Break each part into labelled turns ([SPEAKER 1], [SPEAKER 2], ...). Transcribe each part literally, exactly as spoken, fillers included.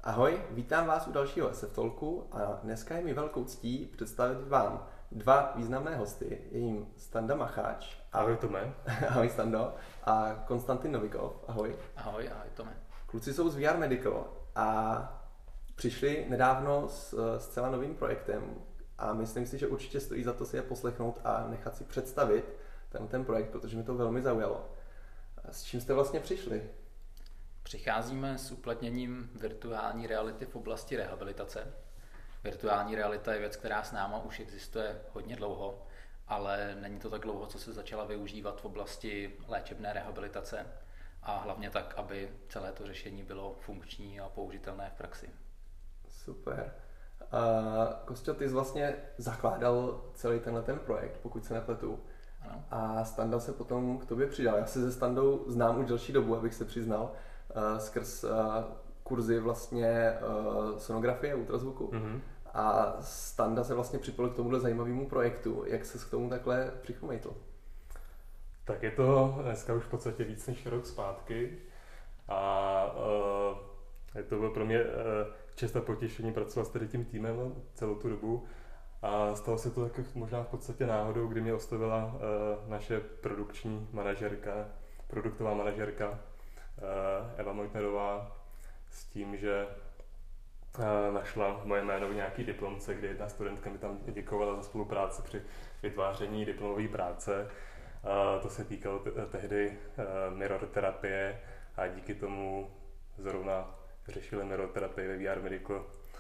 [SPEAKER 1] Ahoj, vítám vás u dalšího S F Talku a dneska je mi velkou ctí představit vám dva významné hosty. Je jim Standa Macháč.
[SPEAKER 2] Ahoj Tome.
[SPEAKER 1] Ahoj Stando. A Konstantin Novikov. Ahoj.
[SPEAKER 3] Ahoj, ahoj Tome.
[SPEAKER 1] Kluci jsou z V R Medical a přišli nedávno s zcela novým projektem a myslím si, že určitě stojí za to si je poslechnout a nechat si představit ten, ten projekt, protože mi to velmi zaujalo. S čím jste vlastně přišli?
[SPEAKER 3] Přicházíme s uplatněním virtuální reality v oblasti rehabilitace. Virtuální realita je věc, která s náma už existuje hodně dlouho, ale není to tak dlouho, co se začala využívat v oblasti léčebné rehabilitace a hlavně tak, aby celé to řešení bylo funkční a použitelné v praxi.
[SPEAKER 1] Super. Uh, Kostyo, ty jsi vlastně zakládal celý tenhle ten projekt, pokud se nepletu.
[SPEAKER 3] Ano.
[SPEAKER 1] A Standa se potom k tobě přidal. Já se se Standou znám už delší dobu, abych se přiznal, uh, skrz uh, kurzy vlastně uh, sonografie, ultrazvuku. Mm-hmm. A Standa se vlastně připojil k tomuhle zajímavému projektu. Jak ses k tomu takhle přichomejtl?
[SPEAKER 2] Tak je to dneska už v podstatě víc než rok zpátky a uh, je to bylo pro mě uh, čest a potěšení pracovat s tady tím týmem celou tu dobu. A stalo se to tak možná v podstatě náhodou, kdy mě oslovila uh, naše produkční manažerka, produktová manažerka uh, Eva Mojtnerová s tím, že uh, našla moje jméno v nějaký diplomce, kdy jedna studentka mi tam děkovala za spolupráci při vytváření diplomové práce. Uh, to se týkalo t- tehdy uh, mirror terapie a díky tomu zrovna řešili mirror terapii ve V R Medical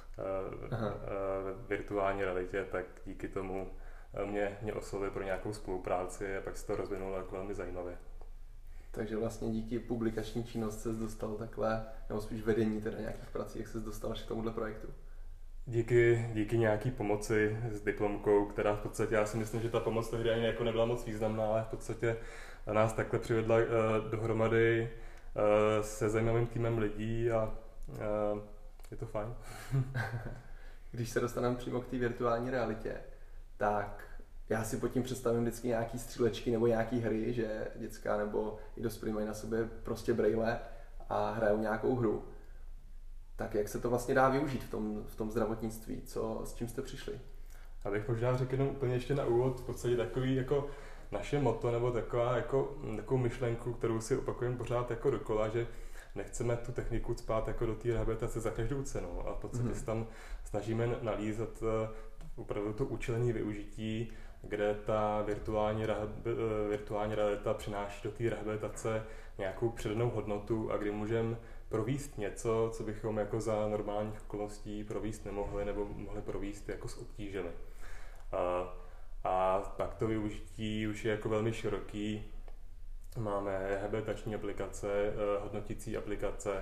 [SPEAKER 2] ve virtuální realitě, tak díky tomu mě, mě oslovili pro nějakou spolupráci a pak se to rozvinulo jako velmi zajímavě.
[SPEAKER 1] Takže vlastně díky publikační činnosti ses dostal takhle, nebo spíš vedení teda nějakých prací, jak ses dostal až k tomuhle projektu?
[SPEAKER 2] Díky, díky nějaký pomoci s diplomkou, která v podstatě, já si myslím, že ta pomoc tehdy ani jako nebyla moc významná, ale v podstatě nás takhle přivedla uh, dohromady uh, se zajímavým týmem lidí a uh, je to fajn.
[SPEAKER 1] Když se dostaneme přímo k té virtuální realitě, tak já si pod tím představím vždycky nějaký střílečky nebo nějaký hry, že děcka nebo i dospělí mají na sobě prostě brejle a hrajou nějakou hru. Tak jak se to vlastně dá využít v tom, v tom zdravotnictví? Co, s čím jste přišli?
[SPEAKER 2] Abych možná řekl jenom úplně ještě na úvod, v podstatě takový jako naše motto nebo taková jako, takovou myšlenku, kterou si opakujeme pořád jako dokola, že nechceme tu techniku cpát jako do té rehabilitace za každou cenu a v podstatě mm. se tam snažíme nalízat opravdu to účelné využití, kde ta virtuální, virtuální realita přináší do té rehabilitace nějakou přidanou hodnotu a kdy můžeme provést něco, co bychom jako za normálních okolností provést nemohli nebo mohli provést jako s obtížemi. A, a pak to využití už je jako velmi široký. Máme rehabilitační aplikace, hodnotící aplikace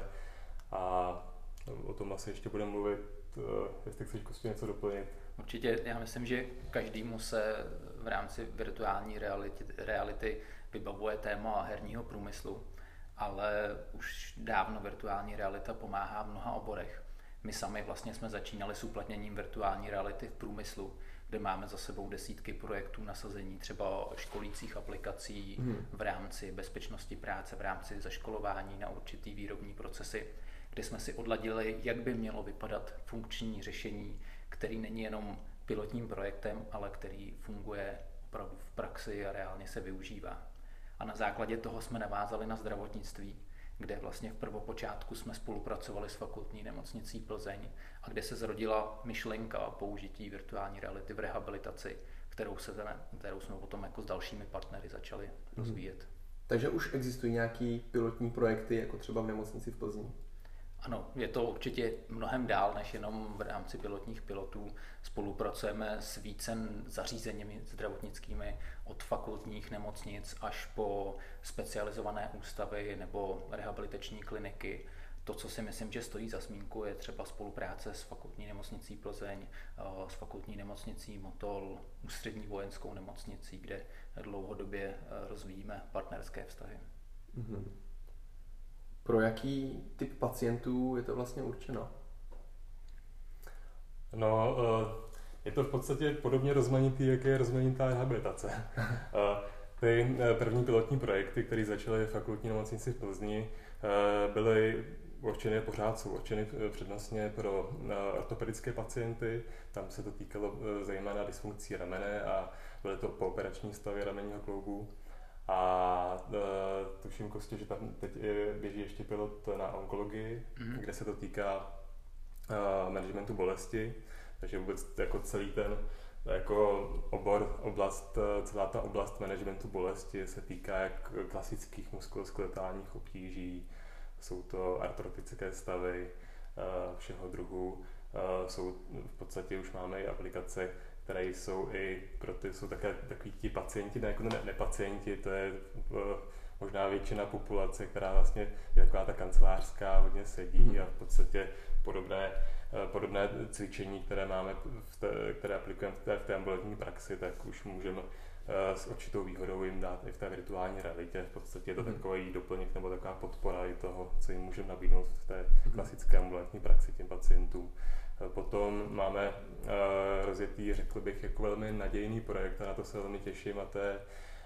[SPEAKER 2] a o tom asi ještě budeme mluvit, jestli chceš Kostyo něco doplnit.
[SPEAKER 3] Určitě, já myslím, že každému se v rámci virtuální reality, reality vybavuje téma herního průmyslu, ale už dávno virtuální realita pomáhá v mnoha oborech. My sami vlastně jsme začínali s uplatněním virtuální reality v průmyslu, kde máme za sebou desítky projektů nasazení třeba školících aplikací hmm. v rámci bezpečnosti práce, v rámci zaškolování na určitý výrobní procesy, kde jsme si odladili, jak by mělo vypadat funkční řešení, který není jenom pilotním projektem, ale který funguje opravdu v praxi a reálně se využívá. A na základě toho jsme navázali na zdravotnictví, kde vlastně v prvopočátku jsme spolupracovali s Fakultní nemocnicí Plzeň a kde se zrodila myšlenka použití virtuální reality v rehabilitaci, kterou, se, kterou jsme potom jako s dalšími partnery začali mm. rozvíjet.
[SPEAKER 1] Takže už existují nějaký pilotní projekty, jako třeba v nemocnici v Plzni?
[SPEAKER 3] Ano, je to určitě mnohem dál, než jenom v rámci pilotních pilotů. Spolupracujeme s více zařízeními zdravotnickými od fakultních nemocnic až po specializované ústavy nebo rehabilitační kliniky. To, co si myslím, že stojí za zmínku, je třeba spolupráce s Fakultní nemocnicí Plzeň, s Fakultní nemocnicí Motol, Ústřední vojenskou nemocnicí, kde dlouhodobě rozvíjíme partnerské vztahy.
[SPEAKER 1] Mm-hmm. Pro jaký typ pacientů je to vlastně určeno?
[SPEAKER 2] No, je to v podstatě podobně rozmanitý, jak je rozmanitá rehabilitace. Ty první pilotní projekty, které začaly v Fakultní nemocnici v Plzni, byly určeny pořád jsou určeny přednostně pro ortopedické pacienty. Tam se to týkalo zejména dysfunkcí ramene a byly to pooperační stavy ramenního kloubu. A uh, tuším, Kostě, že tam teď běží ještě pilot na onkologii, mm-hmm. kde se to týká uh, managementu bolesti, takže vůbec jako celý ten jako obor, oblast, celá ta oblast managementu bolesti se týká jak klasických muskuloskeletálních obtíží, jsou to artrotické stavy uh, všeho druhu, uh, jsou v podstatě už máme i aplikace, které jsou i pro ty, jsou také takový ti pacienti, ne, jako ne, nepacienti, to je uh, možná většina populace, která vlastně je taková ta kancelářská, hodně sedí mm. a v podstatě podobné, uh, podobné cvičení, které máme, v té, které aplikujeme v té, v té ambulantní praxi, tak už můžeme uh, s určitou výhodou jim dát i v té virtuální realitě. V podstatě je to mm. takový doplněk nebo taková podpora i toho, co jim můžeme nabídnout v té klasické ambulantní praxi těm pacientům. Potom máme uh, rozjetý, řekl bych, jako velmi nadějný projekt a na to se velmi těším, a to je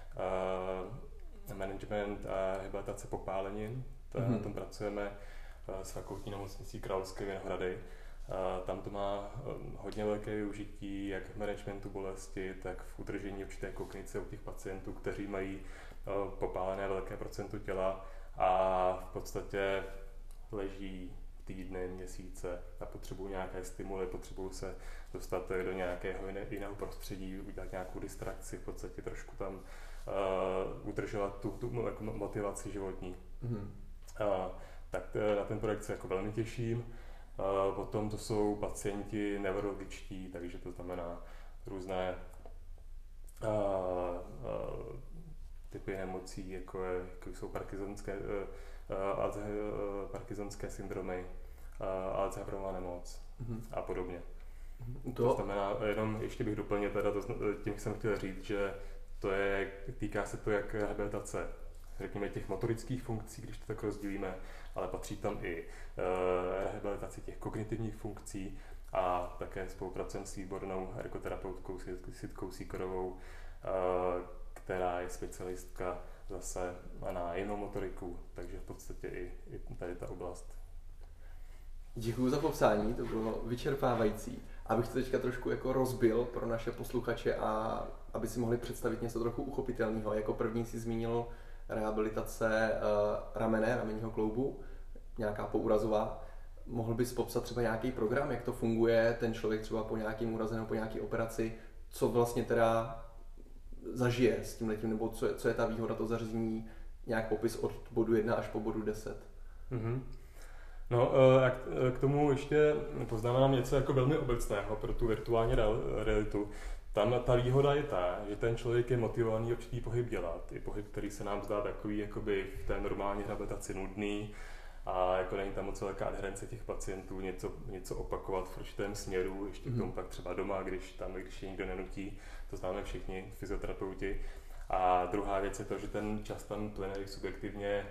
[SPEAKER 2] uh, management a rehabilitace popálenin. To, mm-hmm. Na tom pracujeme uh, s fakultní nemocnicí Královské Vinohrady. Uh, tam to má um, hodně velké využití, jak v managementu bolesti, tak v udržení určité kognice u těch pacientů, kteří mají uh, popálené velké procento těla a v podstatě leží týdny, měsíce a potřebují nějaké stimuly, potřebují se dostat do nějakého jiného prostředí, udělat nějakou distrakci, v podstatě trošku tam uh, udržovat tu, tu jako motivaci životní. Mm-hmm. Uh, tak na ten projekt se jako velmi těším. Uh, potom to jsou pacienti neurologičtí, takže to znamená různé uh, uh, typy nemocí, jako, je, jako jsou parkinsonské, uh, uh, parkinsonské syndromy, uh, Alzheimerova nemoc mm-hmm. a podobně. To... to znamená, jenom ještě bych doplnil, teda to, tím jsem chtěl říct, že to je, týká se to jak rehabilitace, řekněme, těch motorických funkcí, když to tak rozdělíme, ale patří tam i uh, rehabilitace těch kognitivních funkcí a také spolupracujeme s výbornou ergoterapeutkou Sitkou Sýkorovou, uh, která je specialistka zase na jinou motoriku, takže v podstatě i, i tady ta oblast.
[SPEAKER 1] Děkuji za popsání, to bylo vyčerpávající. Abych to teďka trošku jako rozbil pro naše posluchače a aby si mohli představit něco trochu uchopitelného. Jako první si zmínil rehabilitace uh, ramene, ramenního kloubu, nějaká poúrazová. Mohl bys popsat třeba nějaký program, jak to funguje, ten člověk třeba po nějakým úraze nebo po nějaké operaci, co vlastně teda zažije s tímhletím, nebo co je, co je ta výhoda toho zařízení, nějak popis od bodu jedna až po bodu deset.
[SPEAKER 2] Mm-hmm. No a k tomu ještě poznamenám něco jako velmi obecného pro tu virtuální realitu. Tam ta výhoda je ta, že ten člověk je motivovaný určitý pohyb dělat. I pohyb, který se nám zdá takový jakoby v té normální rehabilitaci nudný a jako není tam moc velká adherence těch pacientů něco, něco opakovat v určitém směru, ještě k tomu pak třeba doma, když tam, když je nikdo nenutí, to známe všichni fyzioterapeuti. A druhá věc je to, že ten čas tam plyne subjektivně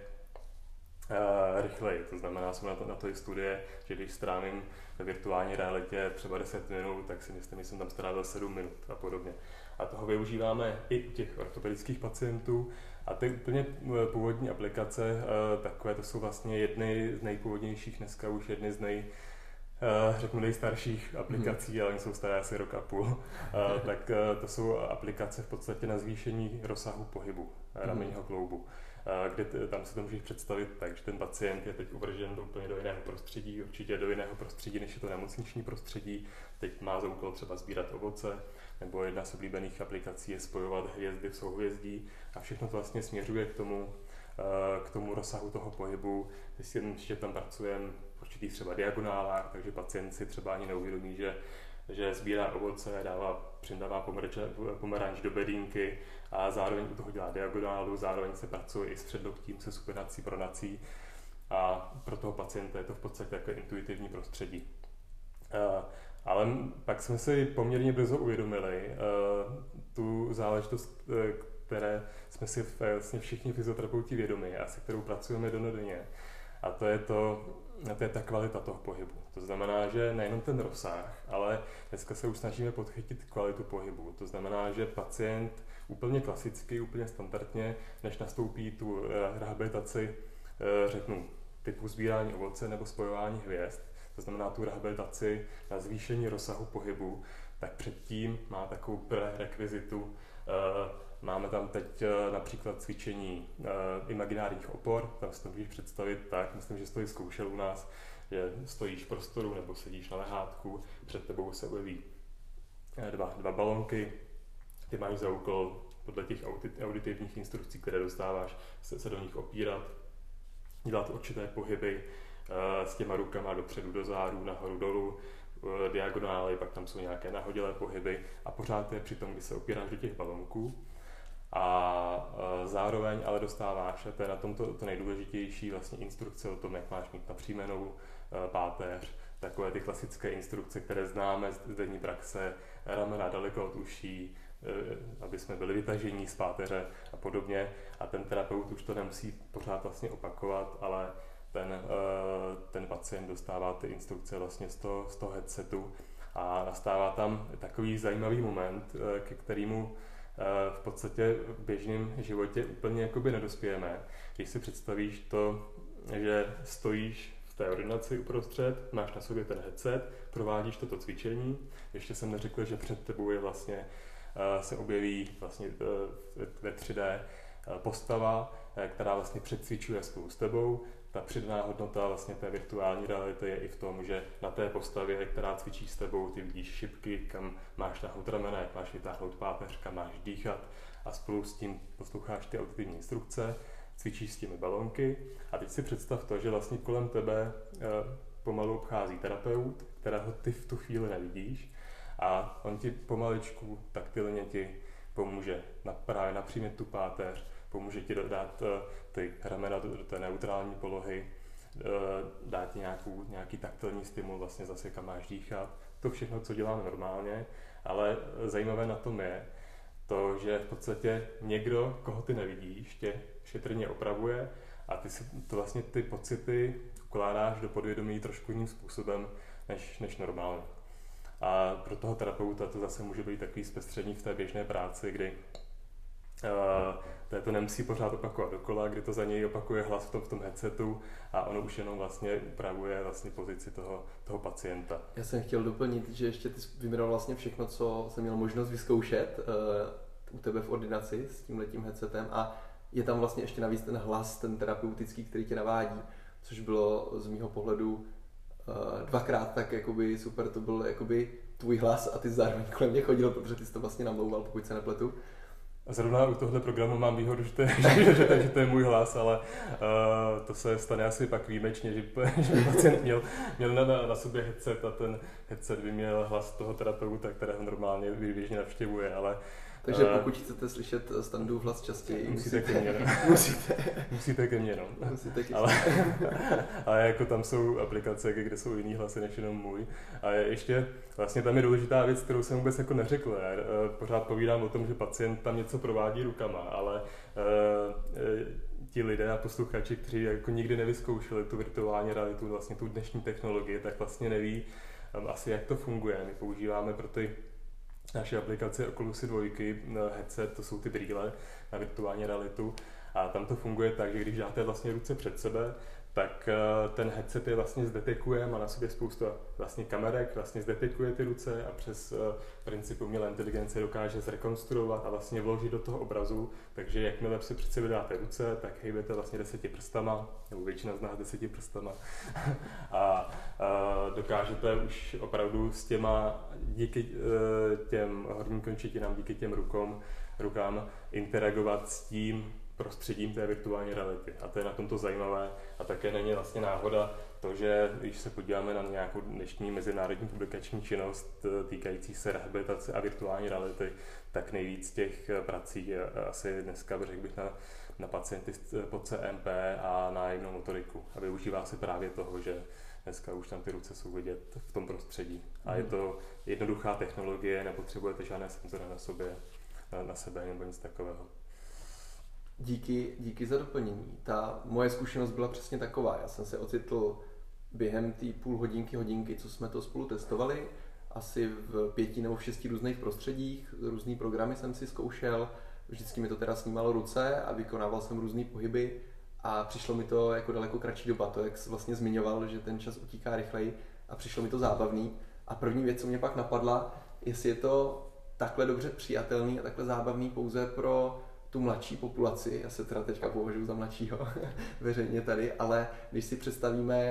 [SPEAKER 2] Uh, rychleji, to znamená, jsou na to, na to i studie, že když strávím ve virtuální realitě třeba deset minut, tak si myslím, že jsem tam strávil sedm minut a podobně. A toho využíváme i u těch ortopedických pacientů a ty úplně původní aplikace, uh, takové to jsou vlastně jedny z nejpůvodnějších, dneska už jedny z nej, uh, řeknu nejstarších aplikací, mm. ale oni jsou staré asi rok a půl, uh, tak uh, to jsou aplikace v podstatě na zvýšení rozsahu pohybu ramenního kloubu. Kde t- tam si to můžeš představit tak, že ten pacient je teď uvržen do úplně do jiného prostředí, určitě do jiného prostředí, než je to nemocniční prostředí. Teď má za úkol třeba sbírat ovoce, nebo jedna z oblíbených aplikací je spojovat hvězdy v souhvězdí a všechno to vlastně směřuje k tomu, k tomu rozsahu toho pohybu. Ještě tam pracujeme v určitých třeba diagonálách, takže pacient si třeba ani neuvědomí, že že sbírá ovoce, dává, přidává pomeranč do bedínky a zároveň u toho dělá diagonálu, zároveň se pracuje i s předloktím, se supinací, pronací a pro toho pacienta je to v podstatě takové intuitivní prostředí. Uh, ale pak jsme si poměrně brzo uvědomili uh, tu záležitost, uh, které jsme si vlastně všichni fyzioterapeuti vědomi a se kterou pracujeme dennodenně. A to je to, to je ta kvalita toho pohybu. To znamená, že nejenom ten rozsah, ale dneska se už snažíme podchytit kvalitu pohybu. To znamená, že pacient úplně klasicky, úplně standardně, než nastoupí tu rehabilitaci, řeknu typu sbírání ovoce nebo spojování hvězd, to znamená tu rehabilitaci na zvýšení rozsahu pohybu, tak předtím má takovou prerekvizitu. Máme tam teď například cvičení imaginárních opor, tam si to můžeš představit tak, myslím, že jsi to i zkoušel u nás, že stojíš v prostoru nebo sedíš na lehátku, před tebou se objeví dva, dva balonky, ty máš za úkol podle těch auditivních instrukcí, které dostáváš, se, se do nich opírat, dělat určité pohyby s těma rukama dopředu, do zádu, nahoru, dolů, diagonály, pak tam jsou nějaké nahodilé pohyby a pořád je při tom, kdy se opíráš do těch balonků. A zároveň ale dostáváš, a to je na tom to, to nejdůležitější, vlastně instrukce o tom, jak máš mít napřímenou páteř, takové ty klasické instrukce, které známe z denní praxe, ramena daleko od uší, aby jsme byli vytažení z páteře a podobně. A ten terapeut už to nemusí pořád vlastně opakovat, ale ten, ten pacient dostává ty instrukce vlastně z toho, z toho headsetu a nastává tam takový zajímavý moment, ke kterému v podstatě v běžném životě úplně jakoby nedospějeme. Když si představíš to, že stojíš v té ordinaci uprostřed, máš na sobě ten headset, provádíš toto cvičení, ještě jsem neřekl, že před tebou je vlastně, se objeví vlastně ve tři dé postava, která vlastně předcvičuje spolu s tebou. Ta přidaná hodnota vlastně té virtuální reality je i v tom, že na té postavě, která cvičí s tebou, ty vidíš šipky, kam máš tahnout ramena, jak máš vytáhnout páteř, kam máš dýchat a spolu s tím posloucháš ty auditivní instrukce, cvičíš s těmi balonky a teď si představ to, že vlastně kolem tebe e, pomalu obchází terapeut, kterého ty v tu chvíli nevidíš a on ti pomaličku, taktilně ti pomůže na, právě napřímit tu páteř, pomůže ti dát ty ramena do, do té neutrální polohy, dát ti nějakou, nějaký taktilní stimul, vlastně zase kam máš dýchat. To všechno, co děláme normálně, ale zajímavé na tom je to, že v podstatě někdo, koho ty nevidíš, tě šetrně opravuje a ty si to vlastně ty pocity ukládáš do podvědomí trošku jiným způsobem než, než normálně. A pro toho terapeuta to zase může být takový zpestření v té běžné práci, kdy uh, to nemusí pořád opakovat dokola, kdy to za něj opakuje hlas v tom, v tom headsetu a ono už jenom vlastně upravuje vlastně pozici toho, toho pacienta.
[SPEAKER 1] Já jsem chtěl doplnit, že ještě ty vybral vlastně všechno, co jsem měl možnost vyzkoušet uh, u tebe v ordinaci s tímhletím headsetem a je tam vlastně ještě navíc ten hlas, ten terapeutický, který tě navádí, což bylo z mýho pohledu uh, dvakrát tak jakoby super, to byl jakoby tvůj hlas a ty zároveň kolem mě chodil, protože ty jsi to vlastně namlouval, pokud se nepletu.
[SPEAKER 2] A zrovna u tohle programu mám výhodu, že to je, že, že, že to je můj hlas, ale uh, to se stane asi pak výjimečně, že, že pacient měl, měl na, na sobě headset a ten headset by měl hlas toho terapeuta, kterého normálně běžně navštěvuje, ale
[SPEAKER 1] takže pokud chcete slyšet Standův hlas častěji,
[SPEAKER 2] musíte, musíte ke mně, no.
[SPEAKER 1] musíte.
[SPEAKER 2] musíte ke mně, no.
[SPEAKER 1] Musíte ke
[SPEAKER 2] ale, ale jako tam jsou aplikace, kde jsou jiný hlasy než jenom můj. A ještě vlastně tam je důležitá věc, kterou jsem vůbec jako neřekl. Já pořád povídám o tom, že pacient tam něco provádí rukama, ale uh, ti lidé a posluchači, kteří jako nikdy nevyzkoušeli tu virtuální realitu, vlastně tu dnešní technologii, tak vlastně neví um, asi, jak to funguje. My používáme pro ty naše aplikace Oculusy dva, headset, to jsou ty brýle na virtuální realitu a tam to funguje tak, že když dáte vlastně ruce před sebe, tak ten headset je vlastně zdetekuje, má na sobě spoustu vlastně kamerek, vlastně zdetekuje ty ruce a přes princip umělé inteligence dokáže zrekonstruovat a vlastně vložit do toho obrazu, takže jakmile si před sebe dáte ruce, tak hejbete vlastně deseti prstama, nebo většina z nás deseti prstama a, a dokážete už opravdu s těma, díky těm horním končetinám, díky těm rukom, rukám interagovat s tím prostředím té virtuální reality. A to je na tomto zajímavé a také není vlastně náhoda to, že když se podíváme na nějakou dnešní mezinárodní publikační činnost týkající se rehabilitace a virtuální reality, tak nejvíc těch prací je asi dneska, řekl bych, na, na pacienty pod C M P a na jemnou motoriku. A využívá se právě toho, že dneska už tam ty ruce jsou vidět v tom prostředí. A je to jednoduchá technologie, nepotřebujete žádné senzory na sobě, na, na sebe nebo nic takového.
[SPEAKER 1] Díky, díky za doplnění. Ta moje zkušenost byla přesně taková. Já jsem se ocitl během té půl hodinky, hodinky, co jsme to spolu testovali, asi v pěti nebo v šesti různých prostředích, různý programy jsem si zkoušel, vždycky mi to teda snímalo ruce a vykonával jsem různý pohyby a přišlo mi to jako daleko kratší doba, to jak jsi vlastně zmiňoval, že ten čas utíká rychleji a přišlo mi to zábavný. A první věc, co mě pak napadla, jestli je to takhle dobře přijatelný a takhle zábavný pouze pro tu mladší populaci, já se teda teďka považuji za mladšího veřejně tady, ale když si představíme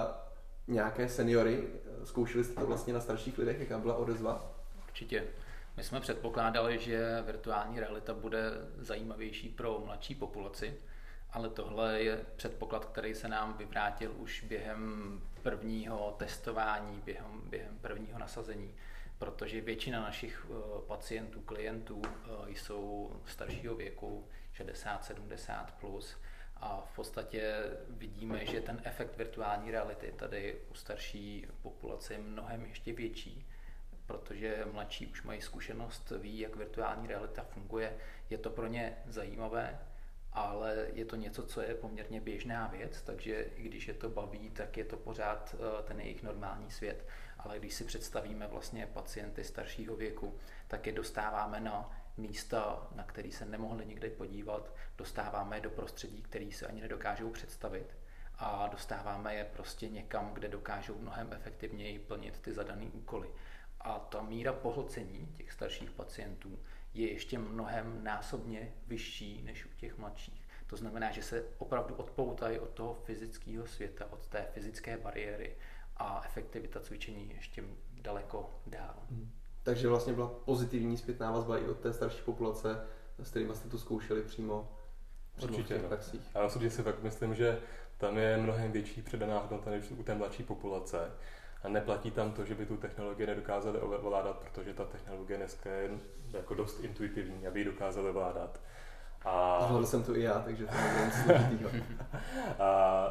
[SPEAKER 1] uh, nějaké seniory, zkoušeli jste to vlastně na starších lidech, jaká byla odezva?
[SPEAKER 3] Určitě. My jsme předpokládali, že virtuální realita bude zajímavější pro mladší populaci, ale tohle je předpoklad, který se nám vyvrátil už během prvního testování, během, během prvního nasazení, protože většina našich pacientů, klientů jsou staršího věku, šedesát sedmdesát plus, a v podstatě vidíme, že ten efekt virtuální reality tady u starší populace je mnohem ještě větší, protože mladší už mají zkušenost, ví, jak virtuální realita funguje, je to pro ně zajímavé, ale je to něco, co je poměrně běžná věc, takže i když je to baví, tak je to pořád ten jejich normální svět. Ale když si představíme vlastně pacienty staršího věku, tak je dostáváme na místa, na který se nemohli nikdy podívat, dostáváme je do prostředí, který se ani nedokážou představit, a dostáváme je prostě někam, kde dokážou mnohem efektivněji plnit ty zadané úkoly. A ta míra pohlcení těch starších pacientů je ještě mnohem násobně vyšší než u těch mladších. To znamená, že se opravdu odpoutají od toho fyzického světa, od té fyzické bariéry, a efektivita cvičení ještě daleko dál.
[SPEAKER 1] Hmm. Takže vlastně byla pozitivní zpětná vazba i od té starší populace, s kterými jste to zkoušeli přímo, přímo
[SPEAKER 2] Určitě,
[SPEAKER 1] v těch
[SPEAKER 2] no.
[SPEAKER 1] praxích.
[SPEAKER 2] A osobně si fakt myslím, že tam je mnohem větší předaná hodnota než u té mladší populace. A neplatí tam to, že by tu technologii nedokázali ovládat, protože ta technologie dneska je jako dost intuitivní, aby ji dokázali ovládat. A...
[SPEAKER 1] Zvládl jsem to i já, takže to nebylo nic složitýho.
[SPEAKER 2] A,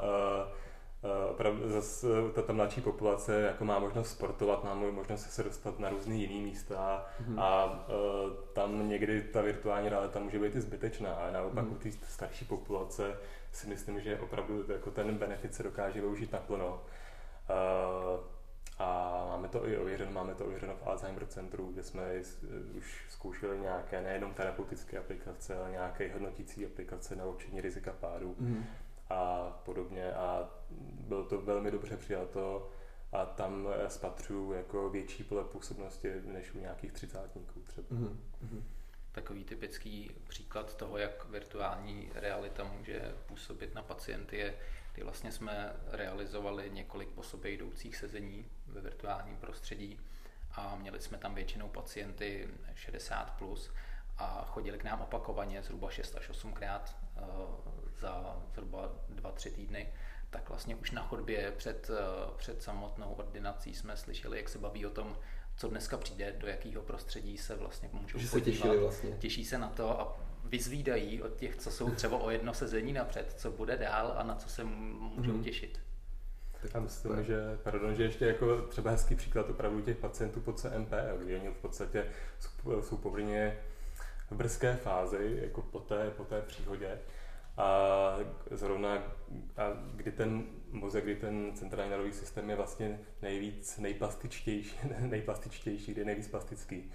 [SPEAKER 2] a opravdu zase ta, ta mladší populace jako má možnost sportovat, má možnost se dostat na různé jiné místa, mm-hmm. a uh, tam někdy ta virtuální realita může být i zbytečná, a naopak mm-hmm. u té starší populace si myslím, že opravdu jako ten benefit se dokáže využít naplno. Uh, a máme to i ověřeno, máme to ověřeno v Alzheimer centru, kde jsme už zkoušeli nějaké nejenom terapeutické aplikace, ale nějaké hodnotící aplikace na určení rizika pádu. Mm-hmm. a podobně, a bylo to velmi dobře přijato, a tam spatřuju jako větší pole působnosti než u nějakých třicátníků třeba. Mm-hmm.
[SPEAKER 3] Takový typický příklad toho, jak virtuální realita může působit na pacienty, je, kdy vlastně jsme realizovali několik po sobě jdoucích sezení ve virtuálním prostředí a měli jsme tam většinou pacienty šedesát plus a chodili k nám opakovaně zhruba šest až osmkrát za zhruba dva tři týdny, tak vlastně už na chodbě před, před samotnou ordinací jsme slyšeli, jak se baví o tom, co dneska přijde, do jakého prostředí se vlastně můžou
[SPEAKER 1] že
[SPEAKER 3] podívat.
[SPEAKER 1] Se těšili vlastně.
[SPEAKER 3] Těší se na to a vyzvídají od těch, co jsou třeba o jedno sezení napřed, co bude dál a na co se můžou mm-hmm. těšit.
[SPEAKER 2] Tak a myslím, že, pardon, že ještě jako třeba hezký příklad opravdu těch pacientů po C M P L, kdy oni v podstatě jsou poměrně v brzké fázi, jako po té, po té příhodě, a zrovna a kdy ten mozek, kdy ten centrální nervový systém je vlastně nejvíc nejplastičtější, nejplastičtější, kdy je nejvíc plastický.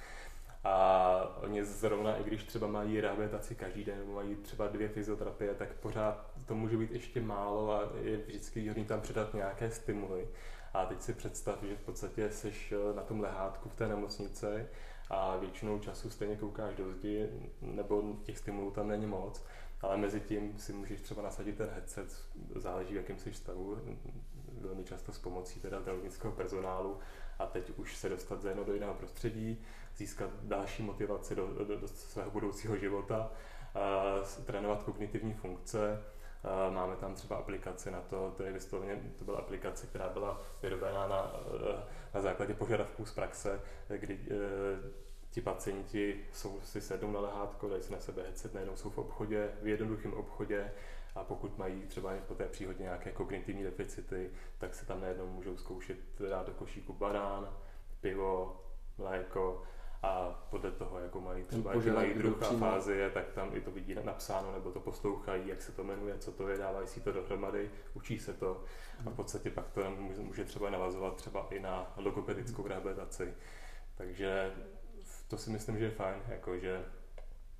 [SPEAKER 2] A oni zrovna, i když třeba mají rehabilitaci každý den, nebo mají třeba dvě fyzioterapie, tak pořád to může být ještě málo a je vždycky výhodný tam přidat nějaké stimuly. A teď si představ, že v podstatě jsi na tom lehátku v té nemocnici a většinou času stejně koukáš do zdi, nebo těch stimulů tam není moc, ale mezi tím si můžeš třeba nasadit ten headset, záleží v jakém jsi stavu, velmi často s pomocí teda zdravotnického personálu, a teď už se dostat zejména do jiného prostředí, získat další motivaci do, do, do svého budoucího života, uh, trénovat kognitivní funkce. Uh, máme tam třeba aplikace na to, to je vysloveně, to byla aplikace, která byla vyrobena na, uh, na základě požadavků z praxe, kdy uh, ti pacienti jsou, si sednou na lehátko, dají si na sebe headset, najednou jsou v obchodě, v jednoduchém obchodě, a pokud mají třeba po té příhodě nějaké kognitivní deficity, tak se tam najednou můžou zkoušet dát do košíku banán, pivo, mléko, a podle toho, jako mají třeba, jak mají druh a fázi, tak tam i to vidí napsáno, nebo to poslouchají, jak se to jmenuje, co to je, dávají si to dohromady, učí se to, a v podstatě pak to může třeba navazovat třeba i na logopedickou rehabilitaci. Takže to si myslím, že je fajn, jakože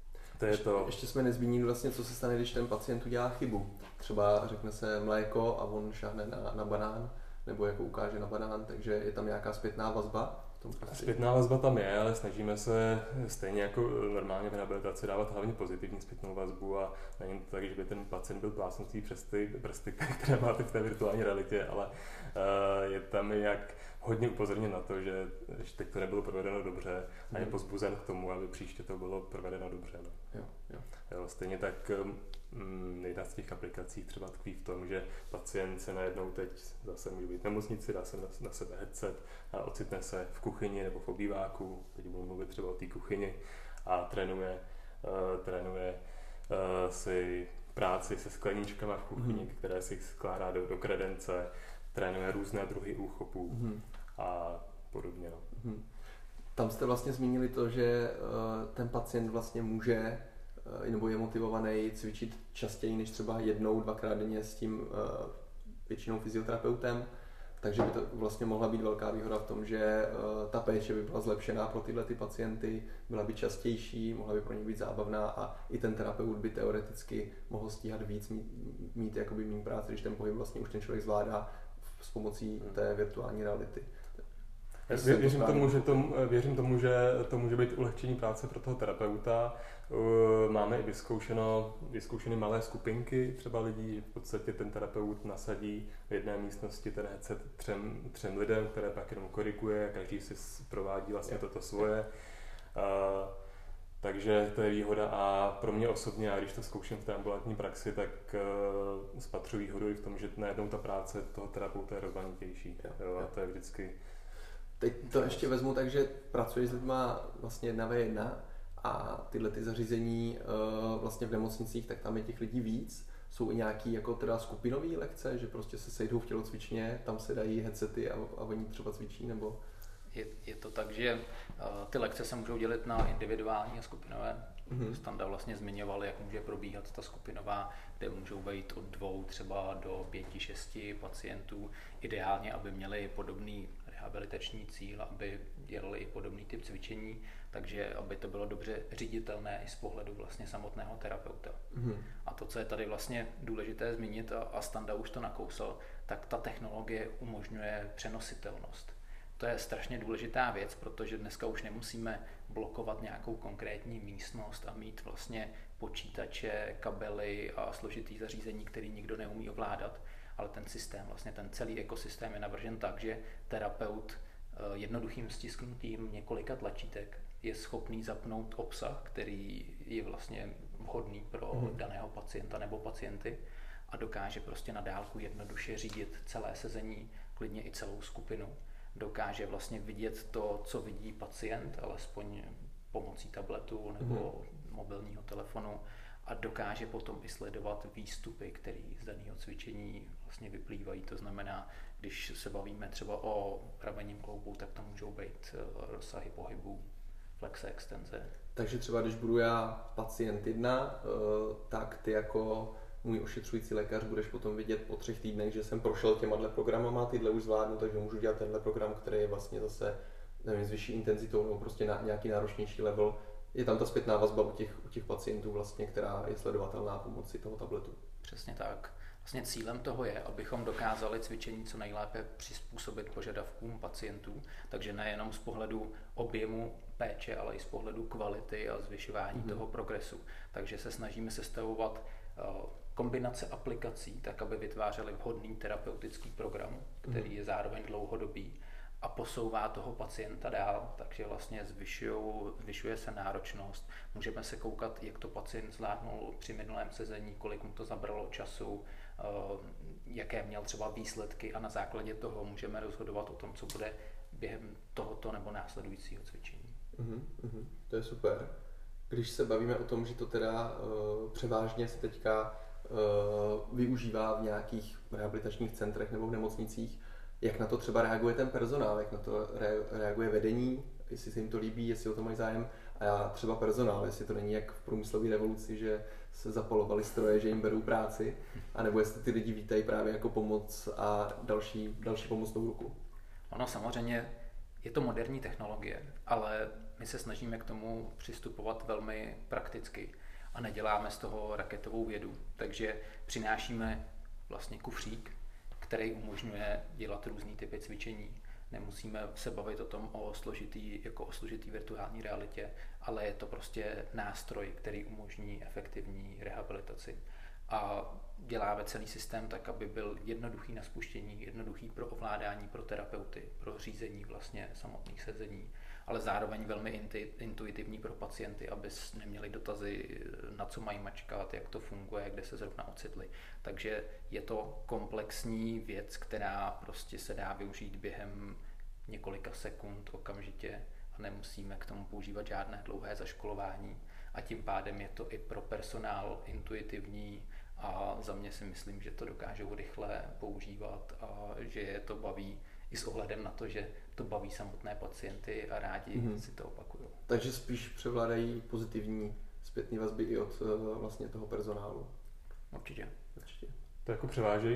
[SPEAKER 2] To je to.
[SPEAKER 1] Ještě jsme nezmínili vlastně, co se stane, když ten pacient udělá chybu. Třeba řekne se mléko a on šáhne na, na banán, nebo jako ukáže na banán, takže je tam nějaká zpětná vazba.
[SPEAKER 2] Zpětná vazba tam je, ale snažíme se stejně jako normálně v rehabilitaci dávat hlavně pozitivní zpětnou vazbu a není to tak, že by ten pacient byl plásnutý přes ty prsty, které máte v té virtuální realitě, ale uh, je tam jak hodně upozorněn na to, že, že teď to nebylo provedeno dobře a je pozbuzen k tomu, aby příště to bylo provedeno dobře. No.
[SPEAKER 1] Jo, jo.
[SPEAKER 2] Jo, stejně tak um, jedna z těch aplikací třeba tkví v tom, že pacient se najednou teď zase může být v nemocnici, dá se na, na sebe headset a ocitne se v kuchyni nebo v obýváku, teď budu mluvit třeba o té kuchyni a trénuje, uh, trénuje uh, si práci se skleníčkama v kuchyni, mm. které si skládá do, do kredence, trénuje různé druhy úchopů mm. a podobně. No.
[SPEAKER 1] Mm. Tam jste vlastně zmínili to, že uh, ten pacient vlastně může uh, nebo je motivovaný cvičit častěji než třeba jednou, dvakrát denně s tím uh, většinou fyzioterapeutem, takže by to vlastně mohla být velká výhoda v tom, že uh, ta péče by byla zlepšená pro tyhle ty pacienty, byla by častější, mohla by pro ně být zábavná a i ten terapeut by teoreticky mohl stíhat víc, mít, mít jakoby méně práce, když ten pohyb vlastně už ten člověk zvládá s pomocí té virtuální reality.
[SPEAKER 2] Vě, věřím, tomu, že to, věřím tomu, že to může být ulehčení práce pro toho terapeuta. Máme i vyzkoušeno, vyzkoušeny malé skupinky třeba lidí, že v podstatě ten terapeut nasadí v jedné místnosti ten headset třem, třem lidem, které pak jenom koriguje, každý si provádí vlastně toto svoje. A, takže to je výhoda a pro mě osobně, a když to zkouším v té ambulantní praxi, tak uh, spatřuji výhodu i v tom, že najednou ta práce toho terapeuta je rozmanitější. Jo, jo, a to je vždycky.
[SPEAKER 1] Teď to ještě vezmu tak, že pracuješ s lidma vlastně jedna na jedna a tyhle ty zařízení uh, vlastně v nemocnicích, tak tam je těch lidí víc. Jsou i nějaký jako teda skupinové lekce, že prostě se sejdou v tělocvičně, tam se dají headsety a, a oni třeba cvičí, nebo?
[SPEAKER 3] Je, je to tak, že uh, ty lekce se můžou dělit na individuální a skupinové. Mm-hmm. Standa vlastně zmiňoval, jak může probíhat ta skupinová, kde můžou být od dvou třeba do pěti, šesti pacientů. Ideálně, aby měli podobný rehabilitační cíl, aby dělali i podobný typ cvičení, takže aby to bylo dobře říditelné i z pohledu vlastně samotného terapeuta. Mm-hmm. A to, co je tady vlastně důležité zmínit, a, a Standa už to nakousal, tak ta technologie umožňuje přenositelnost. To je strašně důležitá věc, protože dneska už nemusíme blokovat nějakou konkrétní místnost a mít vlastně počítače, kabely a složitý zařízení, který nikdo neumí ovládat, ale ten systém, vlastně ten celý ekosystém je navržen tak, že terapeut jednoduchým stisknutím několika tlačítek je schopný zapnout obsah, který je vlastně vhodný pro mm. daného pacienta nebo pacienty a dokáže prostě na dálku jednoduše řídit celé sezení, klidně i celou skupinu. Dokáže vlastně vidět to, co vidí pacient, alespoň pomocí tabletu nebo mm. mobilního telefonu a dokáže potom i sledovat výstupy, které z daného cvičení vlastně vyplývají. To znamená, když se bavíme třeba o ramenním kloubu, tak tam můžou být rozsahy pohybů, flexe, extenze.
[SPEAKER 1] Takže třeba když budu já pacient jedna, tak ty jako můj ošetřující lékař budeš potom vidět po třech týdnech, že jsem prošel těma programama, tyhle už zvládnu, takže můžu dělat tenhle program, který je vlastně zase, nevím, s vyšší intenzitou nebo prostě na nějaký náročnější level. Je tam ta zpětná vazba u těch, u těch pacientů vlastně, která je sledovatelná pomocí toho tabletu.
[SPEAKER 3] Přesně tak. Vlastně cílem toho je, abychom dokázali cvičení co nejlépe přizpůsobit požadavkům pacientů, takže nejenom z pohledu objemu péče, ale i z pohledu kvality a zvyšování mm-hmm. toho progresu. Takže se snažíme sestavovat uh, kombinace aplikací, tak aby vytvářely vhodný terapeutický program, který mm-hmm. je zároveň dlouhodobý a posouvá toho pacienta dál, takže vlastně zvyšujou, zvyšuje se náročnost. Můžeme se koukat, jak to pacient zvládnul při minulém sezení, kolik mu to zabralo času, jaké měl třeba výsledky a na základě toho můžeme rozhodovat o tom, co bude během tohoto nebo následujícího cvičení.
[SPEAKER 1] Uhum, uhum, to je super. Když se bavíme o tom, že to teda uh, převážně se teďka uh, využívá v nějakých rehabilitačních centrech nebo v nemocnicích, jak na to třeba reaguje ten personál, jak na to re- reaguje vedení, jestli se jim to líbí, jestli o to mají zájem a já třeba personál, jestli to není jak v průmyslové revoluci, že se zapalovali stroje, že jim berou práci, anebo jestli ty lidi vítají právě jako pomoc a další, další pomocnou ruku.
[SPEAKER 3] Ono samozřejmě je to moderní technologie, ale my se snažíme k tomu přistupovat velmi prakticky. a neděláme z toho raketovou vědu. Takže přinášíme vlastně kufřík, který umožňuje dělat různý typy cvičení. Nemusíme se bavit o tom o složitý, jako o složitý virtuální realitě, ale je to prostě nástroj, který umožní efektivní rehabilitaci. A děláme celý systém tak, aby byl jednoduchý na spuštění, jednoduchý pro ovládání, pro terapeuty, pro řízení vlastně samotných sezení, ale zároveň velmi intuitivní pro pacienty, aby neměli dotazy, na co mají mačkat, jak to funguje, kde se zrovna ocitli. Takže je to komplexní věc, která prostě se dá využít během několika sekund okamžitě a nemusíme k tomu používat žádné dlouhé zaškolování. A tím pádem je to i pro personál intuitivní a za mě si myslím, že to dokážou rychle používat a že je to baví i s ohledem na to, že to baví samotné pacienty a rádi mm-hmm. si to opakují.
[SPEAKER 1] Takže spíš převládají pozitivní zpětné vazby i od vlastně toho personálu.
[SPEAKER 3] Určitě.
[SPEAKER 1] Určitě.
[SPEAKER 2] To jako převáží,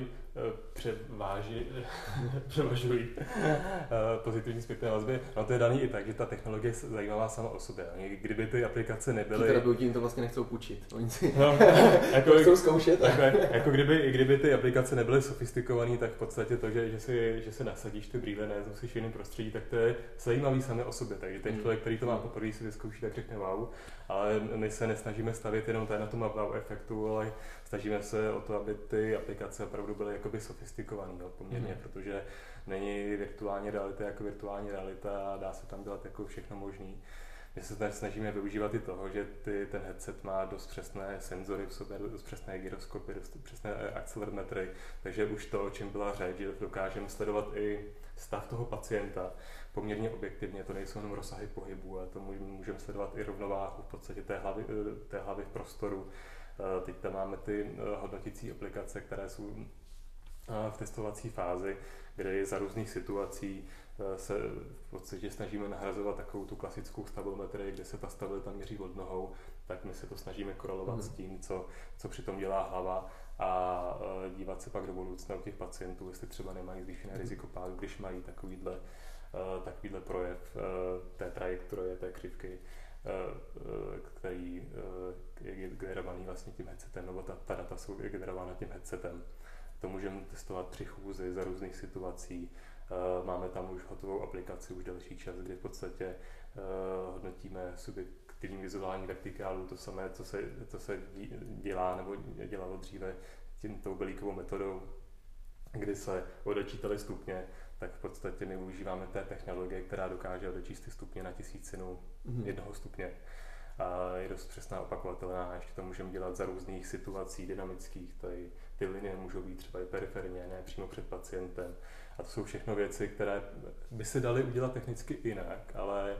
[SPEAKER 2] převáží, převažují pozitivní zpětné vazby. No to je daný i tak, že ta technologie je zajímavá sama o sobě. Kdyby ty aplikace nebyly...
[SPEAKER 1] Ti terapeuti jim to vlastně nechcou půjčit. Oni si
[SPEAKER 2] no, jako,
[SPEAKER 1] chcou zkoušet.
[SPEAKER 2] Jako, jako kdyby, kdyby ty aplikace nebyly sofistikované, tak v podstatě to, že, že, si, že se nasadíš ty brýle, nemusíš v jiném prostředí, tak to je zajímavý samé o sobě. Takže ten člověk, který to má poprvé, si vyzkouší, tak řekne wow. Ale my se nesnažíme stavět jenom tady na tom wow efektu, ale snažíme se o to, aby ty aplikace opravdu byly jakoby sofistikované, no, poměrně, mm. protože není virtuální realita jako virtuální realita a dá se tam dělat jako všechno možný. My se snažíme využívat i toho, že ty, ten headset má dost přesné senzory v sobě, dost přesné gyroskopy, dost přesné akcelerometry, takže už to, o čem byla řeč, že dokážeme sledovat i stav toho pacienta poměrně objektivně, to nejsou jenom rozsahy pohybu, ale to můžeme sledovat i rovnováhu v podstatě té hlavy, té hlavy v prostoru. Teď tam máme ty hodnotící aplikace, které jsou v testovací fázi, kde za různých situací se v podstatě snažíme nahrazovat takovou tu klasickou stabilimetrii, kde se ta stabilita měří od nohou, tak my se to snažíme korelovat mm. s tím, co, co přitom dělá hlava a dívat se pak do budoucna u těch pacientů, jestli třeba nemají zvýšené mm. riziko pádu, když mají takovýhle, takovýhle projev té trajektorie, té křivky, který je generovaný vlastně tím headsetem, nebo ta, ta data jsou generována tím headsetem. To můžeme testovat při chůzi za různých situací. Máme tam už hotovou aplikaci už delší čas, kdy v podstatě hodnotíme subjektivní vizuální vertikálu, to samé, co se, co se dělá nebo dělalo dříve tím tou Belíkovou metodou, kdy se odečítaly stupně, tak v podstatě my využíváme té technologie, která dokáže odečíst ty stupně na tisícinu mm-hmm. jednoho stupně. A je dost přesná, opakovatelná a ještě to můžeme dělat za různých situací dynamických, tady ty linie můžou být třeba i periferně, ne přímo před pacientem. A to jsou všechno věci, které by se daly udělat technicky jinak, ale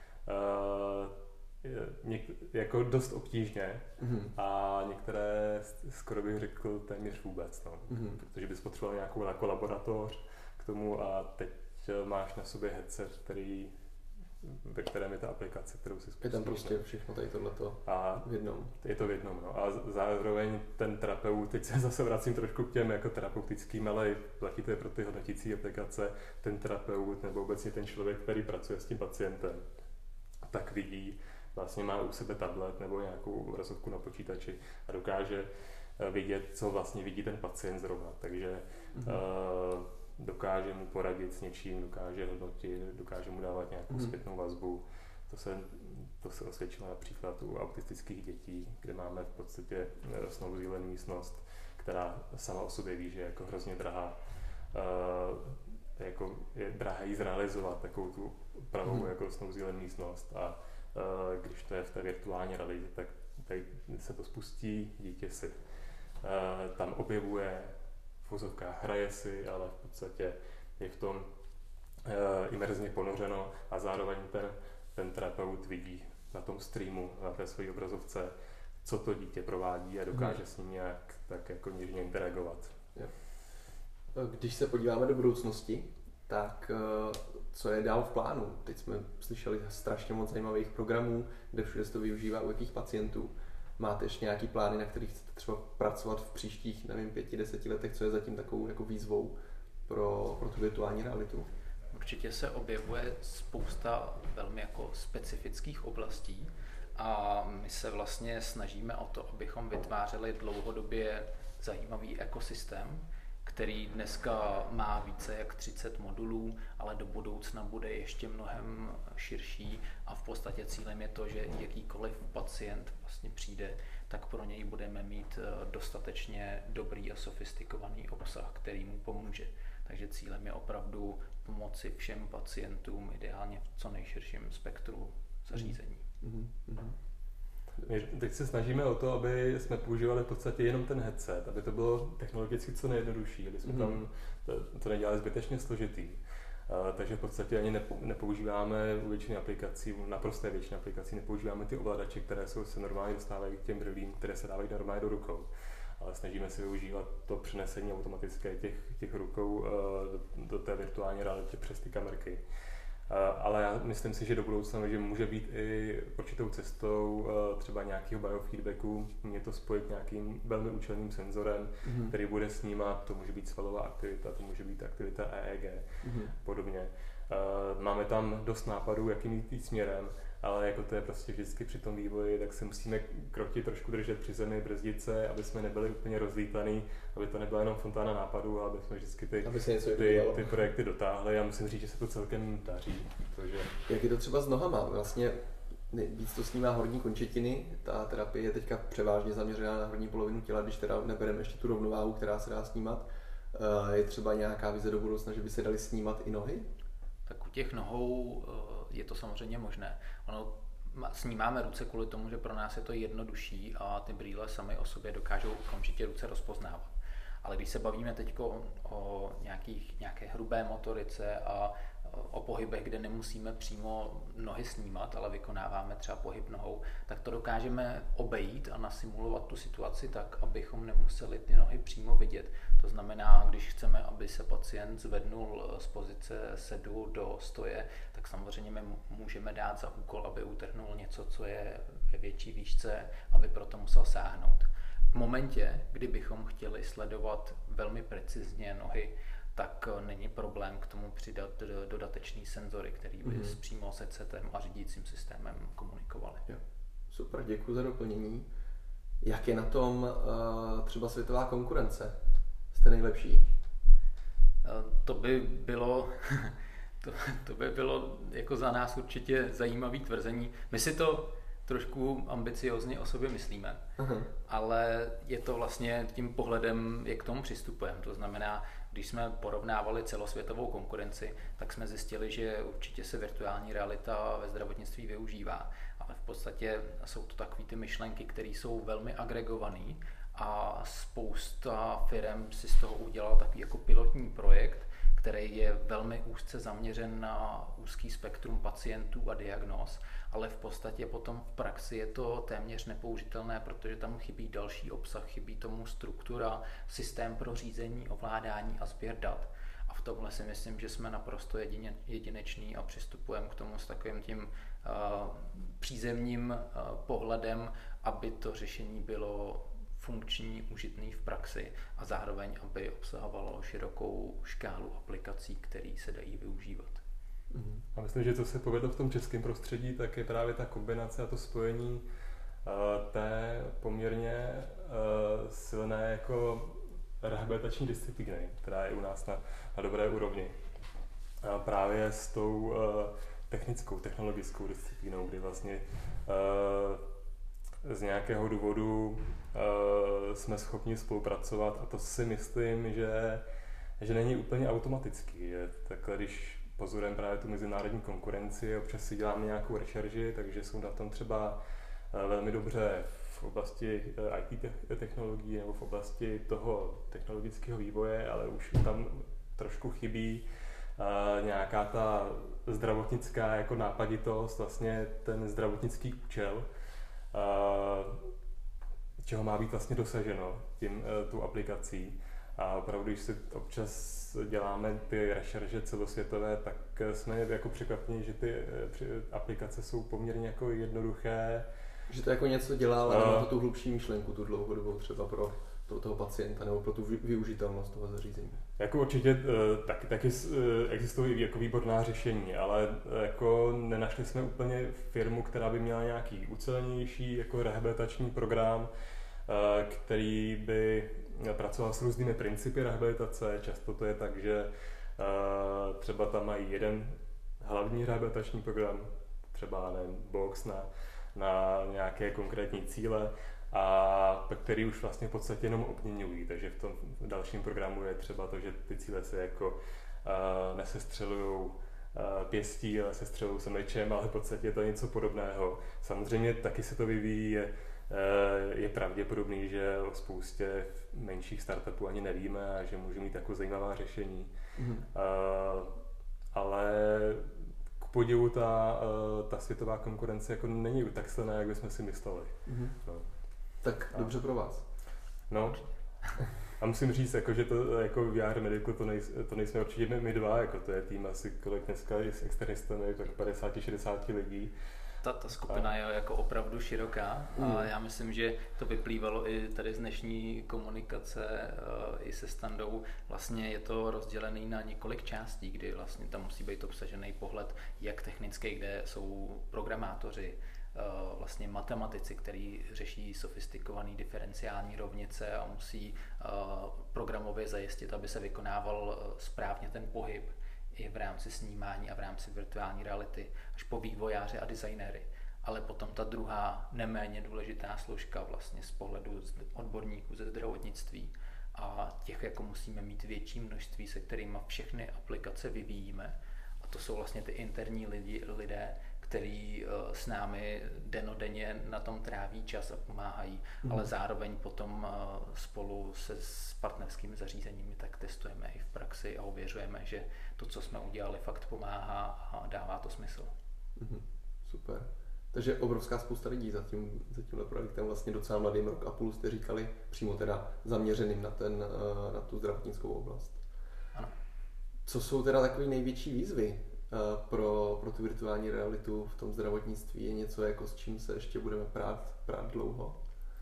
[SPEAKER 2] uh, něk- jako dost obtížně mm-hmm. a některé skoro bych řekl téměř vůbec, no. mm-hmm. protože bys potřeboval nějakou jako laboratoř k tomu a teď máš na sobě headset, který ve kterém je ta aplikace, kterou si spustíme.
[SPEAKER 1] Je tam prostě všechno tady tohleto a v jednom.
[SPEAKER 2] Je to v jednom, no. A zároveň ten terapeut, teď se zase vracím trošku k těm jako terapeutickým, ale platí to je pro ty hodnotící aplikace, ten terapeut nebo obecně ten člověk, který pracuje s tím pacientem, tak vidí, vlastně má u sebe tablet nebo nějakou obrazovku na počítači a dokáže vidět, co vlastně vidí ten pacient zrovna. Takže mm-hmm. uh, dokáže mu poradit s něčím, dokáže hodnotit, dokáže mu dávat nějakou mm. zpětnou vazbu. To se, to se osvědčilo například u autistických dětí, kde máme v podstatě snouzílenou místnost, která sama o sobě ví, že je jako hrozně drahá. Uh, jako je drahé jí zrealizovat, takovou tu pravou mm. jako snouzílenou místnost. A uh, když to je v té virtuální realitě, tak tady se to spustí, dítě si uh, tam objevuje v vozovkách, hraje si, ale v podstatě je v tom e, imerzně ponořeno a zároveň ten, ten terapeut vidí na tom streamu, na té své obrazovce, co to dítě provádí a dokáže hmm. s ním nějak tak jako něžně interagovat.
[SPEAKER 1] Jo. Když se podíváme do budoucnosti, tak co je dál v plánu? Teď jsme slyšeli strašně moc zajímavých programů, kde všude se to využívá u jakých pacientů. Máte ještě nějaký plány, na kterých chcete třeba pracovat v příštích, nevím, pěti, deseti letech, co je zatím takovou jako výzvou pro, pro tu virtuální realitu?
[SPEAKER 3] Určitě se objevuje spousta velmi jako specifických oblastí a my se vlastně snažíme o to, abychom vytvářeli dlouhodobě zajímavý ekosystém, který dneska má více jak třicet modulů, ale do budoucna bude ještě mnohem širší a v podstatě cílem je to, že jakýkoliv pacient vlastně přijde, tak pro něj budeme mít dostatečně dobrý a sofistikovaný obsah, který mu pomůže. Takže cílem je opravdu pomoci všem pacientům, ideálně v co nejširším spektru zařízení.
[SPEAKER 2] Mm-hmm. My teď se snažíme o to, aby jsme používali v podstatě jenom ten headset, aby to bylo technologicky co nejjednodušší, aby jsme mm. tam to, to nedělali zbytečně složitý. Uh, takže v podstatě ani nepoužíváme u většiny aplikací, u naprosté většiny aplikací nepoužíváme ty ovladače, které jsou, se normálně dostávají k těm brýlím, které se dávají normálně do rukou. Ale snažíme se využívat to přenesení automatické těch, těch rukou uh, do, do té virtuální reality přes ty kamerky. Uh, ale já myslím si, že do budoucna, že může být i určitou cestou uh, třeba nějakého biofeedbacku, mě to spojit nějakým velmi účelným senzorem, mm-hmm. který bude snímat, to může být svalová aktivita, to může být aktivita E E G, mm-hmm. podobně. Uh, máme tam dost nápadů, jakým jít směrem, ale jako to je prostě vždycky při tom vývoji, tak se musíme kroky trošku držet při zemi, brzdit se, aby jsme nebyli úplně rozlítaný, aby to nebyla jenom fontána nápadů, aby jsme vždycky ty, ty, ty projekty dotáhli. Já musím říct, že se to celkem daří. Protože...
[SPEAKER 1] Jak je to třeba s nohama? Vlastně víc to snímá horní končetiny, ta terapie je teďka převážně zaměřená na horní polovinu těla, když teda nebereme ještě tu rovnováhu, která se dá snímat. Je třeba nějaká vize do budoucna, že by se daly snímat i nohy?
[SPEAKER 3] Tak u těch nohou je to samozřejmě možné. Ono snímáme ruce kvůli tomu, že pro nás je to jednodušší a ty brýle samy o sobě dokážou okamžitě ruce rozpoznávat. Ale když se bavíme teď o, o nějakých, nějaké hrubé motorice a o pohybech, kde nemusíme přímo nohy snímat, ale vykonáváme třeba pohyb nohou, tak to dokážeme obejít a nasimulovat tu situaci tak, abychom nemuseli ty nohy přímo vidět. To znamená, když chceme, aby se pacient zvednul z pozice sedu do stoje, tak samozřejmě my můžeme dát za úkol, aby utrhnul něco, co je ve větší výšce, aby proto musel sáhnout. V momentě, kdybychom chtěli sledovat velmi precizně nohy, tak není problém k tomu přidat dodatečný senzory, který by mm-hmm. přímo s headsetem a řídícím systémem komunikovaly.
[SPEAKER 1] Jo. Super, děkuji za doplnění. Jak je na tom uh, třeba světová konkurence? Jste nejlepší?
[SPEAKER 3] To by bylo, to, to by bylo jako za nás určitě zajímavé tvrzení. My si to trošku ambiciozně o sobě myslíme, uh-huh. ale je to vlastně tím pohledem, jak k tomu přistupujeme. To znamená, když jsme porovnávali celosvětovou konkurenci, tak jsme zjistili, že určitě se virtuální realita ve zdravotnictví využívá, ale v podstatě jsou to takové ty myšlenky, které jsou velmi agregované a spousta firem si z toho udělala takový jako pilotní projekt, který je velmi úzce zaměřen na úzký spektrum pacientů a diagnóz, ale v podstatě potom v praxi je to téměř nepoužitelné, protože tam chybí další obsah, chybí tomu struktura, systém pro řízení, ovládání a sběr dat. A v tomhle si myslím, že jsme naprosto jedině, jedineční a přistupujeme k tomu s takovým tím uh, přízemním uh, pohledem, aby to řešení bylo funkční, užitný v praxi a zároveň, aby obsahovalo širokou škálu aplikací, které se dají využívat.
[SPEAKER 2] A myslím, že co se povedlo v tom českém prostředí, tak je právě ta kombinace a to spojení uh, té poměrně uh, silné jako rehabilitační disciplíny, která je u nás na, na dobré úrovni. A právě s tou uh, technickou, technologickou disciplínou, kdy vlastně uh, z nějakého důvodu uh, jsme schopni spolupracovat a to si myslím, že, že není úplně automatický. Že takhle, když pozorujeme právě tu mezinárodní konkurenci, občas si děláme nějakou rešerži, takže jsou na tom třeba uh, velmi dobře v oblasti uh, í té technologií nebo v oblasti toho technologického vývoje, ale už tam trošku chybí uh, nějaká ta zdravotnická jako nápaditost, vlastně ten zdravotnický účel, čeho má být vlastně dosaženo tím, tou aplikací. A opravdu, když si občas děláme ty rešerže celosvětové, tak jsme jako překvapení, že ty aplikace jsou poměrně jako jednoduché
[SPEAKER 1] Že to jako něco dělá, ale nemá to tu hlubší myšlenku, tu dlouhodobou třeba pro, pro toho pacienta nebo pro tu využitelnost toho zařízení.
[SPEAKER 2] Jako určitě taky, taky existují jako výborná řešení, ale jako nenašli jsme úplně firmu, která by měla nějaký ucelenější jako rehabilitační program, který by pracoval s různými principy rehabilitace. Často to je tak, že třeba tam mají jeden hlavní rehabilitační program, třeba nevím, box na, na nějaké konkrétní cíle, a který už vlastně v podstatě jenom obměňují. Takže v tom dalším programu je třeba to, že ty cíle se jako uh, nesestřelují uh, pěstí, ale sestřelují se mečem, ale v podstatě je to něco podobného. Samozřejmě taky se to vyvíjí, je, uh, je pravděpodobný, že o spoustě menších startupů ani nevíme a že můžou mít jako zajímavá řešení. Mm. Uh, ale k podivu ta, uh, ta světová konkurence jako není tak silná, jak bychom si mysleli. Mm. No.
[SPEAKER 1] Tak a. Dobře pro vás.
[SPEAKER 2] No. A musím říct, jako, že to jako V R Medical to, nej, to nejsme určitě my dva, jako to je tým asi kolik dneska je s externistami, tak padesát šedesát lidí.
[SPEAKER 3] Ta, ta skupina a. je jako opravdu široká a mm. já myslím, že to vyplývalo i tady z dnešní komunikace uh, i se Standou. Vlastně je to rozdělený na několik částí, kdy vlastně tam musí být obsažený pohled jak technický, kde jsou programátoři, vlastně matematici, který řeší sofistikované diferenciální rovnice a musí programově zajistit, aby se vykonával správně ten pohyb i v rámci snímání a v rámci virtuální reality, až po vývojáře a designéry. Ale potom ta druhá neméně důležitá složka vlastně z pohledu odborníků ze zdravotnictví a těch jako musíme mít větší množství, se kterými všechny aplikace vyvíjíme. A to jsou vlastně ty interní lidi, lidé, který s námi dennodenně na tom tráví čas a pomáhají, mm. ale zároveň potom spolu se s partnerskými zařízeními tak testujeme i v praxi a ověřujeme, že to, co jsme udělali, fakt pomáhá a dává to smysl.
[SPEAKER 1] Mm. Super. Takže obrovská spousta lidí za, tím, za tímhle projektem, vlastně docela mladým, rok a půl jste říkali, přímo teda zaměřeným na, ten, na tu zdravotnickou oblast.
[SPEAKER 3] Ano.
[SPEAKER 1] Co jsou teda takové největší výzvy pro, pro tu virtuální realitu v tom zdravotnictví? Je něco, jako s čím se ještě budeme prát, prát dlouho?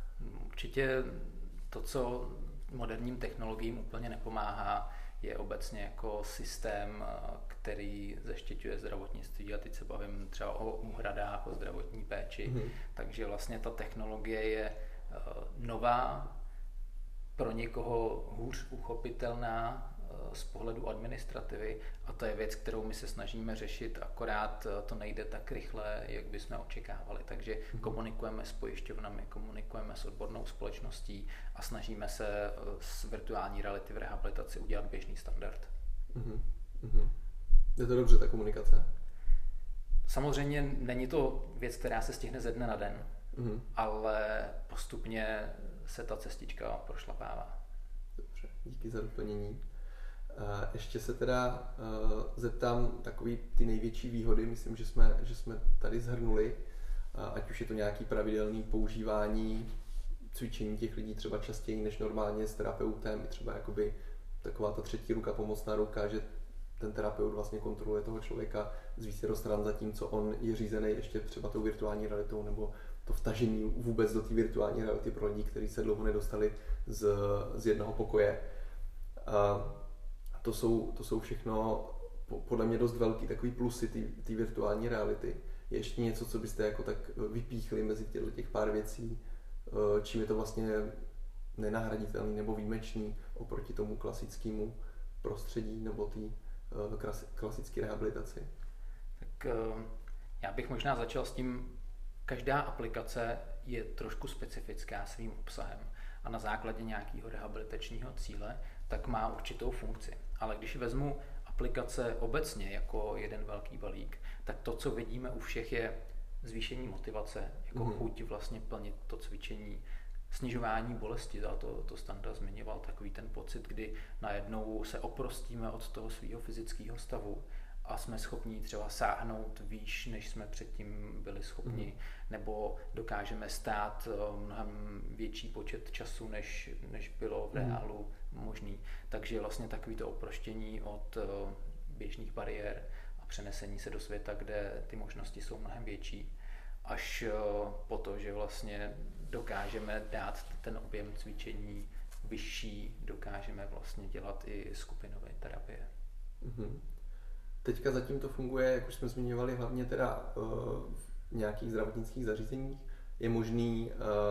[SPEAKER 3] Určitě to, co moderním technologiím úplně nepomáhá, je obecně jako systém, který zaštiťuje zdravotnictví, a teď se bavím třeba o úhradách, o zdravotní péči, mm-hmm. takže vlastně ta technologie je nová, pro někoho hůř uchopitelná z pohledu administrativy a to je věc, kterou my se snažíme řešit, akorát to nejde tak rychle, jak bychom očekávali. Takže mm-hmm. komunikujeme s pojišťovnami, komunikujeme s odbornou společností a snažíme se z virtuální reality v rehabilitaci udělat běžný standard.
[SPEAKER 1] Mm-hmm. Je to dobře, ta komunikace?
[SPEAKER 3] Samozřejmě není to věc, která se stihne ze dne na den, mm-hmm. ale postupně se ta cestička prošlapává.
[SPEAKER 1] Dobře, díky za doplnění. Ještě se teda uh, zeptám takový ty největší výhody, myslím, že jsme, že jsme tady shrnuli, uh, ať už je to nějaký pravidelný používání, cvičení těch lidí třeba častěji než normálně s terapeutem, třeba jakoby taková ta třetí ruka, pomocná ruka, že ten terapeut vlastně kontroluje toho člověka z vícero stran, zatímco on je řízený ještě třeba tou virtuální realitou, nebo to vtažení vůbec do té virtuální reality pro lidi, kteří se dlouho nedostali z, z jednoho pokoje. Uh, To jsou, to jsou všechno podle mě dost velký takový plusy té virtuální reality. Je ještě něco, co byste jako tak vypíchli mezi těch, těch pár věcí, čím je to vlastně nenahraditelný nebo výjimečný oproti tomu klasickému prostředí nebo té klasické rehabilitaci?
[SPEAKER 3] Tak já bych možná začal s tím, každá aplikace je trošku specifická svým obsahem a na základě nějakého rehabilitačního cíle tak má určitou funkci. Ale když vezmu aplikace obecně jako jeden velký balík, tak to, co vidíme u všech, je zvýšení motivace, jako mm. chuť vlastně plnit to cvičení, snižování bolesti, za to, to Standa zmiňoval, takový ten pocit, kdy najednou se oprostíme od toho svého fyzického stavu a jsme schopni třeba sáhnout výš, než jsme předtím byli schopni, mm. nebo dokážeme stát mnohem větší počet času, než, než bylo v reálu mm. možný. Takže vlastně takovýto oproštění od běžných bariér a přenesení se do světa, kde ty možnosti jsou mnohem větší. až po to, že vlastně dokážeme dát ten objem cvičení vyšší, dokážeme vlastně dělat i skupinové terapie.
[SPEAKER 1] Mm-hmm. Teďka zatím to funguje, jak už jsme zmiňovali, hlavně teda v nějakých zdravotnických zařízeních. Je možný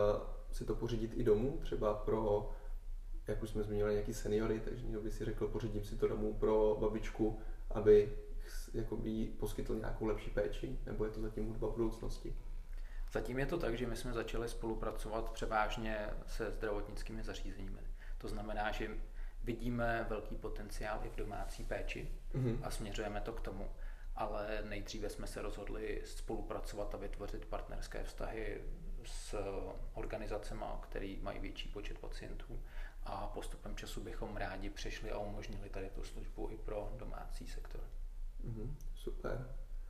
[SPEAKER 1] si to pořídit i domů, třeba pro, jak už jsme zmiňovali, nějaký seniory, takže někdo by si řekl, pořídím si to domů pro babičku, aby jakoby poskytl nějakou lepší péči, nebo je to zatím hudba budoucnosti?
[SPEAKER 3] Zatím je to tak, že my jsme začali spolupracovat převážně se zdravotnickými zařízeními. To znamená, že vidíme velký potenciál i v domácí péči mm-hmm. a směřujeme to k tomu. Ale nejdříve jsme se rozhodli spolupracovat a vytvořit partnerské vztahy s organizacemi, které mají větší počet pacientů, a postupem času bychom rádi přešli a umožnili tady tu službu i pro domácí sektor.
[SPEAKER 1] Mm-hmm. Super.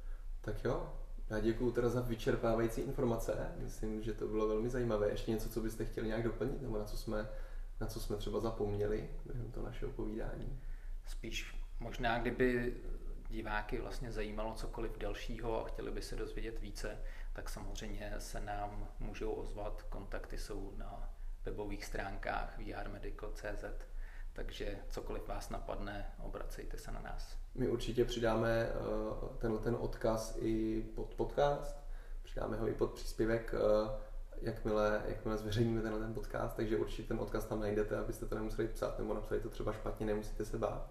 [SPEAKER 1] Tak jo, já děkuju teda za vyčerpávající informace. Myslím, že to bylo velmi zajímavé. Ještě něco, co byste chtěli nějak doplnit, nebo na co jsme, na co jsme třeba zapomněli během toho našeho povídání?
[SPEAKER 3] Spíš možná, kdyby diváky vlastně zajímalo cokoliv dalšího a chtěli by se dozvědět více, tak samozřejmě se nám můžou ozvat. Kontakty jsou na webových stránkách v r medical tečka c z, takže cokoliv vás napadne, obracejte se na nás.
[SPEAKER 1] My určitě přidáme tenhle ten odkaz i pod podcast, přidáme ho i pod příspěvek, jakmile, jakmile zveřejníme tenhle ten podcast, takže určitě ten odkaz tam najdete, abyste to nemuseli psát nebo napsali to třeba špatně, nemusíte se bát.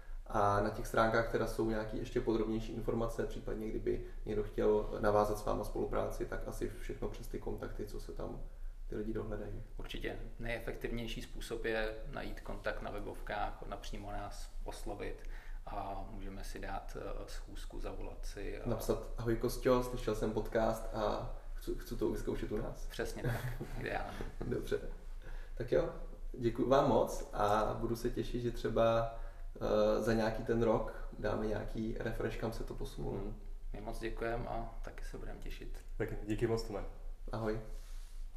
[SPEAKER 1] A na těch stránkách teda jsou nějaké ještě podrobnější informace, případně kdyby někdo chtěl navázat s váma spolupráci, tak asi všechno přes ty kontakty, co se tam ty lidi dohledají.
[SPEAKER 3] Určitě. Nejefektivnější způsob je najít kontakt na webovkách, napřímo nás oslovit a můžeme si dát schůzku, zavolat si. A...
[SPEAKER 1] Napsat: ahoj Kostyo, slyšel jsem podcast a chci, chci to vyzkoušet u nás.
[SPEAKER 3] Přesně tak, ideálně.
[SPEAKER 1] Dobře. Tak jo, děkuji vám moc a budu se těšit, že třeba uh, za nějaký ten rok dáme nějaký refresh, kam se to posunulo.
[SPEAKER 3] My moc děkujeme a taky se budeme těšit.
[SPEAKER 2] Tak díky moc, Tome.
[SPEAKER 1] Ahoj.